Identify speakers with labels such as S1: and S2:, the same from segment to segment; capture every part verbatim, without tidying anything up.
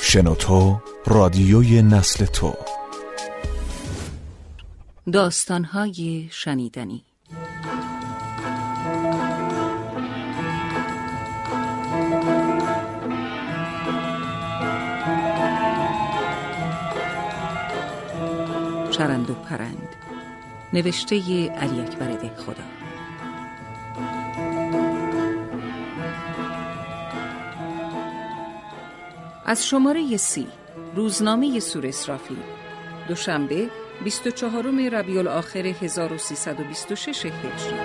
S1: شنوتو رادیوی نسل تو.
S2: داستان‌های شنیدنی. چرند و پرند، نوشته علی اکبر دهخدا. از شماره سی، روزنامه سور اسرافیل، دوشنبه بیست و چهارم ربیع الاخر هزار و سیصد و بیست و شش هجری.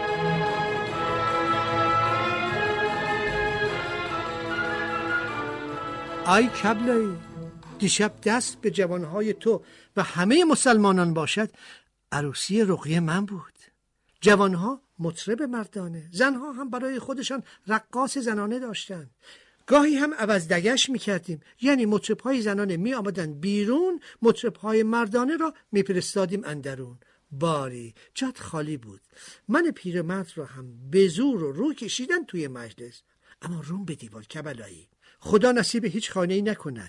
S3: ای کبلایی، دیشب دست به جوانهای تو و همه مسلمانان باشد عروسی رقیه من بود. جوانها مطرب مردانه، زنها هم برای خودشان رقاص زنانه داشتند. گاهی هم عوض دگش میکردیم، یعنی مطرب‌های زنانه می آمدن بیرون، مطرب‌های مردانه را میپرستادیم اندرون. باری جات خالی بود. من پیرمرد را هم به زور و رو کشیدن توی مجلس، اما روم به دیوار کبلایی. خدا نصیب هیچ خانه‌ای نکند.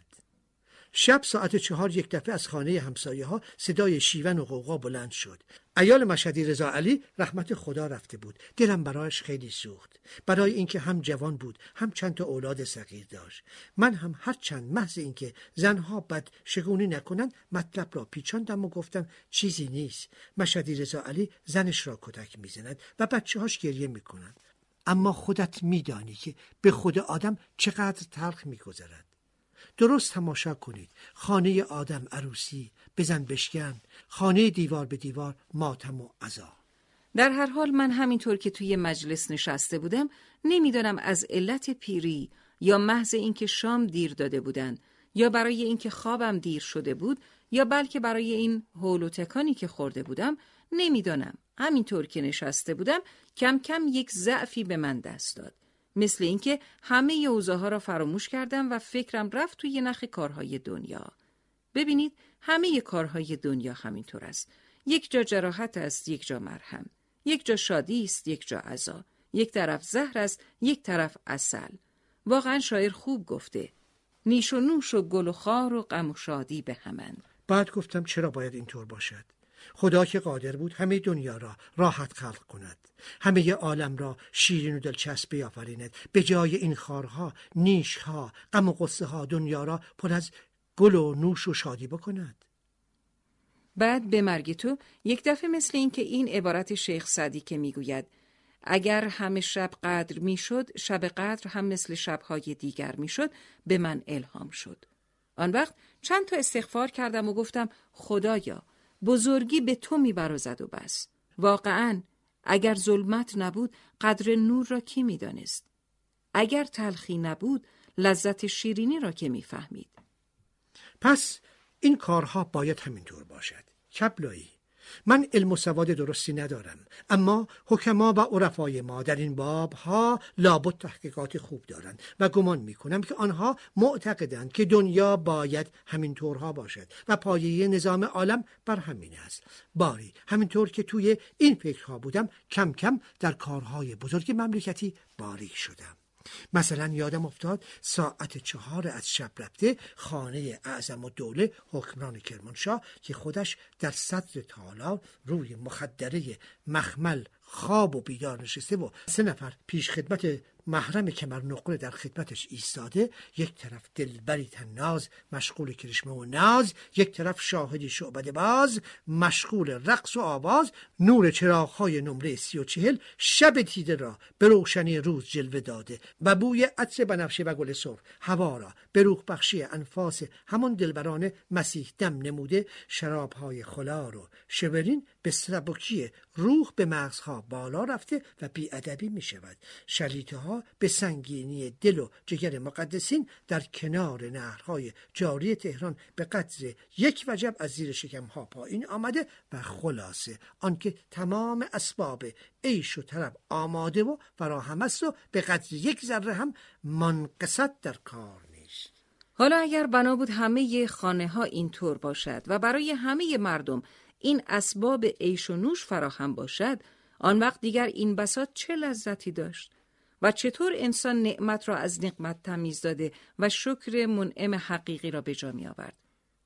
S3: شب ساعت چهار یک دفعه از خانه همسایه ها صدای شیون و غوغا بلند شد. عیال مشهدی رضا علی رحمت خدا رفته بود. دلم برایش خیلی سوخت، برای اینکه هم جوان بود، هم چند تا اولاد صغیر داشت. من هم هر چند محض اینکه زنها بد شگونی نکنن مطلب را پیچاندم و گفتم چیزی نیست. مشهدی رضا علی زنش را کتک میزند و بچه‌هاش گریه میکنند، اما خودت میدانی که به خود آدم چقدر تلخ میگذرد. درست تماشا کنید، خانه آدم عروسی، بزن بشکن، خانه دیوار به دیوار ماتم و عزا.
S2: در هر حال من همینطور که توی مجلس نشسته بودم، نمیدانم از علت پیری یا محض اینکه شام دیر داده بودن، یا برای اینکه خوابم دیر شده بود، یا بلکه برای این هول و تکانی که خورده بودم، نمیدانم. همینطور که نشسته بودم کم کم یک ضعفی به من دست داد، مثل اینکه همه اوضاعها را فراموش کردم و فکرم رفت توی نخ کارهای دنیا. ببینید، همه کارهای دنیا همینطور است. یک جا جراحت است، یک جا مرهم، یک جا شادی است، یک جا عزا، یک طرف زهر است، یک طرف عسل. واقعا شاعر خوب گفته، نیش و نوش و گل و خار و غم و شادی به همن.
S3: بعد گفتم چرا باید اینطور باشد؟ خدا که قادر بود همه دنیا را راحت خلق کند، همه عالم را شیرین و دلچسب بیافریند، به جای این خارها، نیشها، غم و غصه ها دنیا را پر از گل و نوش و شادی بکند.
S2: بعد به مرگ تو یک دفعه مثل این که این عبارت شیخ سعدی که میگوید اگر همه شب قدر میشد، شب قدر هم مثل شبهای دیگر میشد، به من الهام شد. آن وقت چند تا استغفار کردم و گفتم خدایا، بزرگی به تو میبرازد و بس. واقعاً اگر ظلمت نبود قدر نور را کی میدانست؟ اگر تلخی نبود لذت شیرینی را که میفهمید؟
S3: پس این کارها باید همینطور باشد. کبلایی، من علم و سواد درستی ندارم، اما حکما و عرفای ما در این بابها لابد تحقیقات خوب دارند و گمان میکنم که آنها معتقدند که دنیا باید همینطورها باشد و پایه نظام عالم بر همین است. باری همینطور که توی این فکرها بودم، کم کم در کارهای بزرگ مملکتی باریک شدم. مثلا یادم افتاد ساعت چهار از شب رفته خانه اعظم الدوله حکمران کرمانشاه که خودش در صدر تالار روی مخدره مخمل خواب و بیدار نشسته و سه نفر پیش خدمت محرم کمر نقره در خدمتش ایستاده، یک طرف دلبری تناز مشغول کرشمه و ناز، یک طرف شاهدی شعبده باز مشغول رقص و آواز، نور چراغ‌های نمره سی و چهل شب تیره را به روشنی روز جلوه داده و بوی عطر بنفشه و گل سرخ هوا را به روح بخشی انفاس همون دلبران مسیح دم نموده. شراب‌های خلار و شورین به سبکی روح به مغزها بالا رفته و بی‌ادبی می شود. شلیته ها به سنگینی دل و جگر مقدسین در کنار نهرهای جاری تهران به قدر یک وجب از زیر شکم ها پایین آمده و خلاصه آنکه تمام اسباب عیش و طرب آماده و فراهم است و به قدر یک ذره هم منقصت در کار نیست.
S2: حالا اگر بنا بود همه خانه ها اینطور باشد و برای همه مردم این اسباب عیش و نوش فراهم باشد، آن وقت دیگر این بساط چه لذتی داشت؟ و چطور انسان نعمت را از نقمت تمیز داده و شکر منعم حقیقی را به جا می آورد.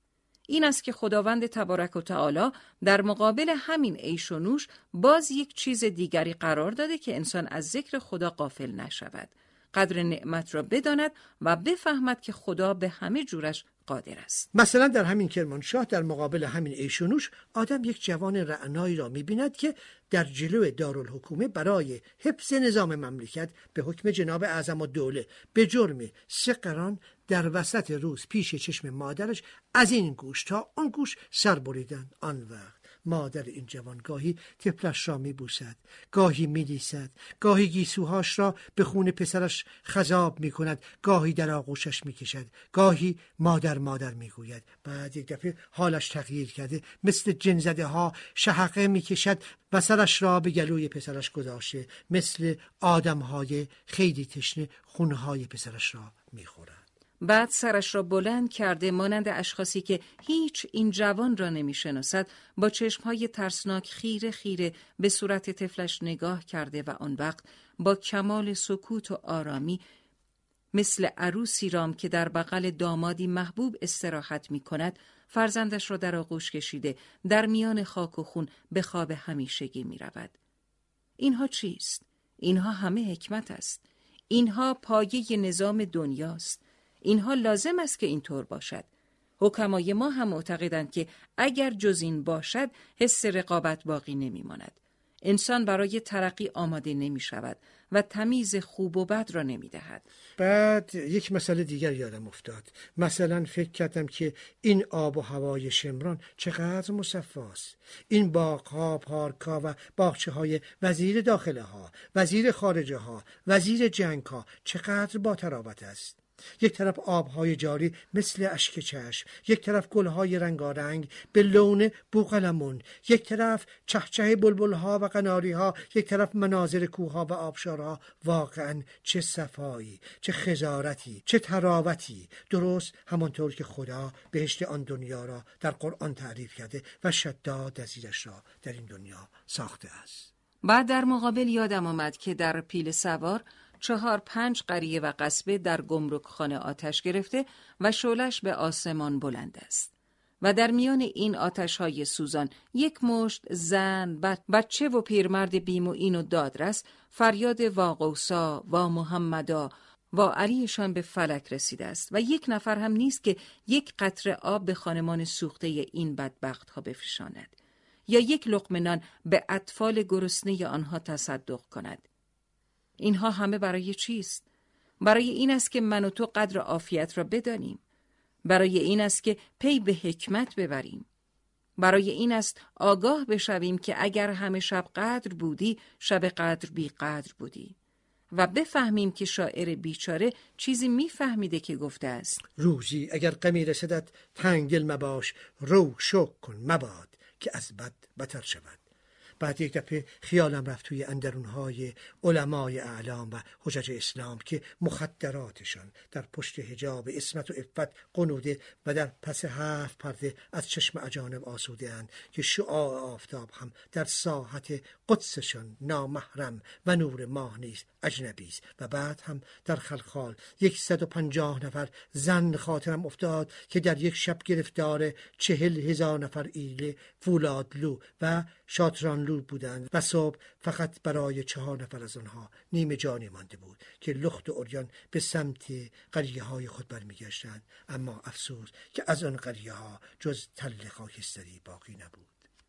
S2: این است که خداوند تبارک و تعالی در مقابل همین عیش و نوش باز یک چیز دیگری قرار داده که انسان از ذکر خدا غافل نشود، قدر نعمت را بداند و بفهمد که خدا به همه جورش قادر است.
S3: مثلا در همین کرمانشاه در مقابل همین عیش و نوش آدم یک جوان رعنایی را می‌بیند که در جلو دارالحکومه برای حفظ نظام مملکت به حکم جناب اعظم الدوله به جرم سه قران در وسط روز پیش چشم مادرش از این گوش تا آن گوش سر بریدند. آن وقت مادر این جوان گاهی طفلش را میبوسد، گاهی میلیسد، گاهی گیسوهاش را به خون پسرش خضاب میکند، گاهی در آغوشش میکشد، گاهی مادر مادر میگوید. بعد یک دفعه حالش تغییر کرده، مثل جن‌زده ها شهقه میکشد و سرش را به گلوی پسرش گذاشته، مثل آدمهای خیلی تشنه خونهای پسرش را میخورد.
S2: بعد سرش را بلند کرده مانند اشخاصی که هیچ این جوان را نمی‌شناسد، با چشمهای ترسناک خیره خیره به صورت طفلش نگاه کرده و آن وقت با کمال سکوت و آرامی مثل عروسی رام که در بغل دامادی محبوب استراحت می‌کند، فرزندش را در آغوش کشیده در میان خاک و خون به خواب همیشگی می‌رود. اینها چیست؟ اینها همه حکمت است. اینها پایه نظام دنیاست. اینها لازم است که اینطور باشد. حکمای ما هم معتقدند که اگر جز این باشد حس رقابت باقی نمی ماند. انسان برای ترقی آماده نمی شود و تمیز خوب و بد را نمی دهد.
S3: بعد یک مسئله دیگر یادم افتاد. مثلا فکر کردم که این آب و هوای شمران چقدر مصفاست. این باغ‌ها، پارک‌ها و باغچه‌های وزیر داخله ها، وزیر خارجه ها، وزیر جنگ ها چقدر با تراوت است. یک طرف آبهای جاری مثل اشک چشم، یک طرف گلهای رنگارنگ به لون بوقلمون، یک طرف چهچه بلبلها و قناریها، یک طرف مناظر کوهها و آبشارها. واقعا چه صفایی، چه خضارتی، چه تراوتی. درست همانطور که خدا بهشت آن دنیا را در قرآن تعریف کرده و شداد نظیرش را در این دنیا ساخته است.
S2: بعد در مقابل یادم آمد که در پیل سوار چهار پنج قریه و قصبه در گمرکخانه آتش گرفته و شعله‌اش به آسمان بلند است و در میان این آتش‌های سوزان یک مشت زن، بچه و پیرمرد بیم و این و دادرس فریاد واقوسا و محمدا و علیشان به فلک رسیده است و یک نفر هم نیست که یک قطره آب به خانمان سوخته این بدبخت‌ها بفشاند یا یک لقمه نان به اطفال گرسنه آنها تصدق کند. اینها همه برای چیست؟ برای این است که من و تو قدر عافیت را بدانیم. برای این است که پی به حکمت ببریم. برای این است آگاه بشویم که اگر همه شب قدر بودی، شب قدر بی قدر بودی. و بفهمیم که شاعر بیچاره چیزی میفهمیده که گفته است:
S3: روزی اگر غمی رسدت تنگ دل مباش، رو شکر کن مباد که از بد بتر شود. بعد یک دفعه خیالم رفت توی اندرونهای علمای اعلام و حجج اسلام که مخدراتشان در پشت حجاب عصمت و عفت قنوده و در پس هفت پرده از چشم اجانب آسوده اند، که شعاع آفتاب هم در ساحت قدسشان نامحرم و نور ماه نیست اجنبی است. و بعد هم در خلخال یکصد و پنجاه نفر زن خاطرم افتاد که در یک شب گرفتار چهل هزار نفر ایله فولادلو و شاترانلو بودند و صبح فقط برای چهار نفر از آنها نیمه جانی مانده بود که لخت و عریان به سمت قریه های خود برمیگشتند. اما افسوس که از آن قریه ها جز تل خاکستری باقی نبود.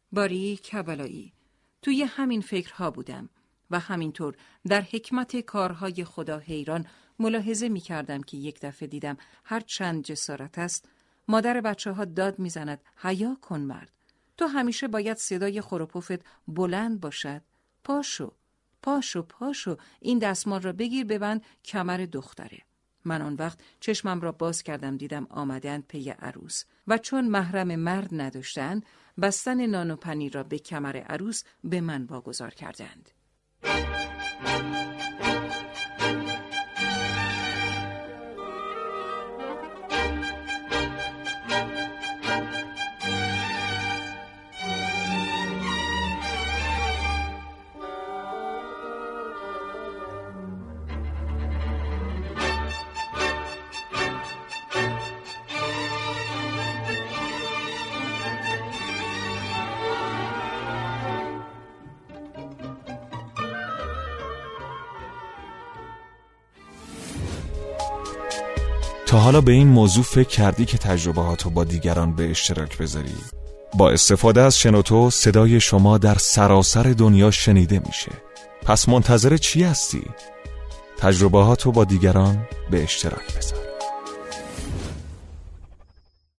S2: باریک بلایی، توی همین فکرها بودم و همینطور در حکمت کارهای خدا حیران ملاحظه می کردم که یک دفعه دیدم هر چند جسارت است مادر بچه ها داد می زند: حیا کن مرد، تو همیشه باید صدای خروپوفت بلند باشد. پاشو پاشو پاشو، این دستمال را بگیر ببند کمر دختره. من آن وقت چشمم را باز کردم، دیدم آمدند پی عروس و چون محرم مرد نداشتند بستن نان و پنیر را به کمر عروس به من واگذار کردند.
S1: تا حالا به این موضوع فکر کردی که تجربهاتو با دیگران به اشتراک بذاری؟ با استفاده از شنوتو صدای شما در سراسر دنیا شنیده میشه. پس منتظر چی هستی؟ تجربهاتو با دیگران به اشتراک بذار.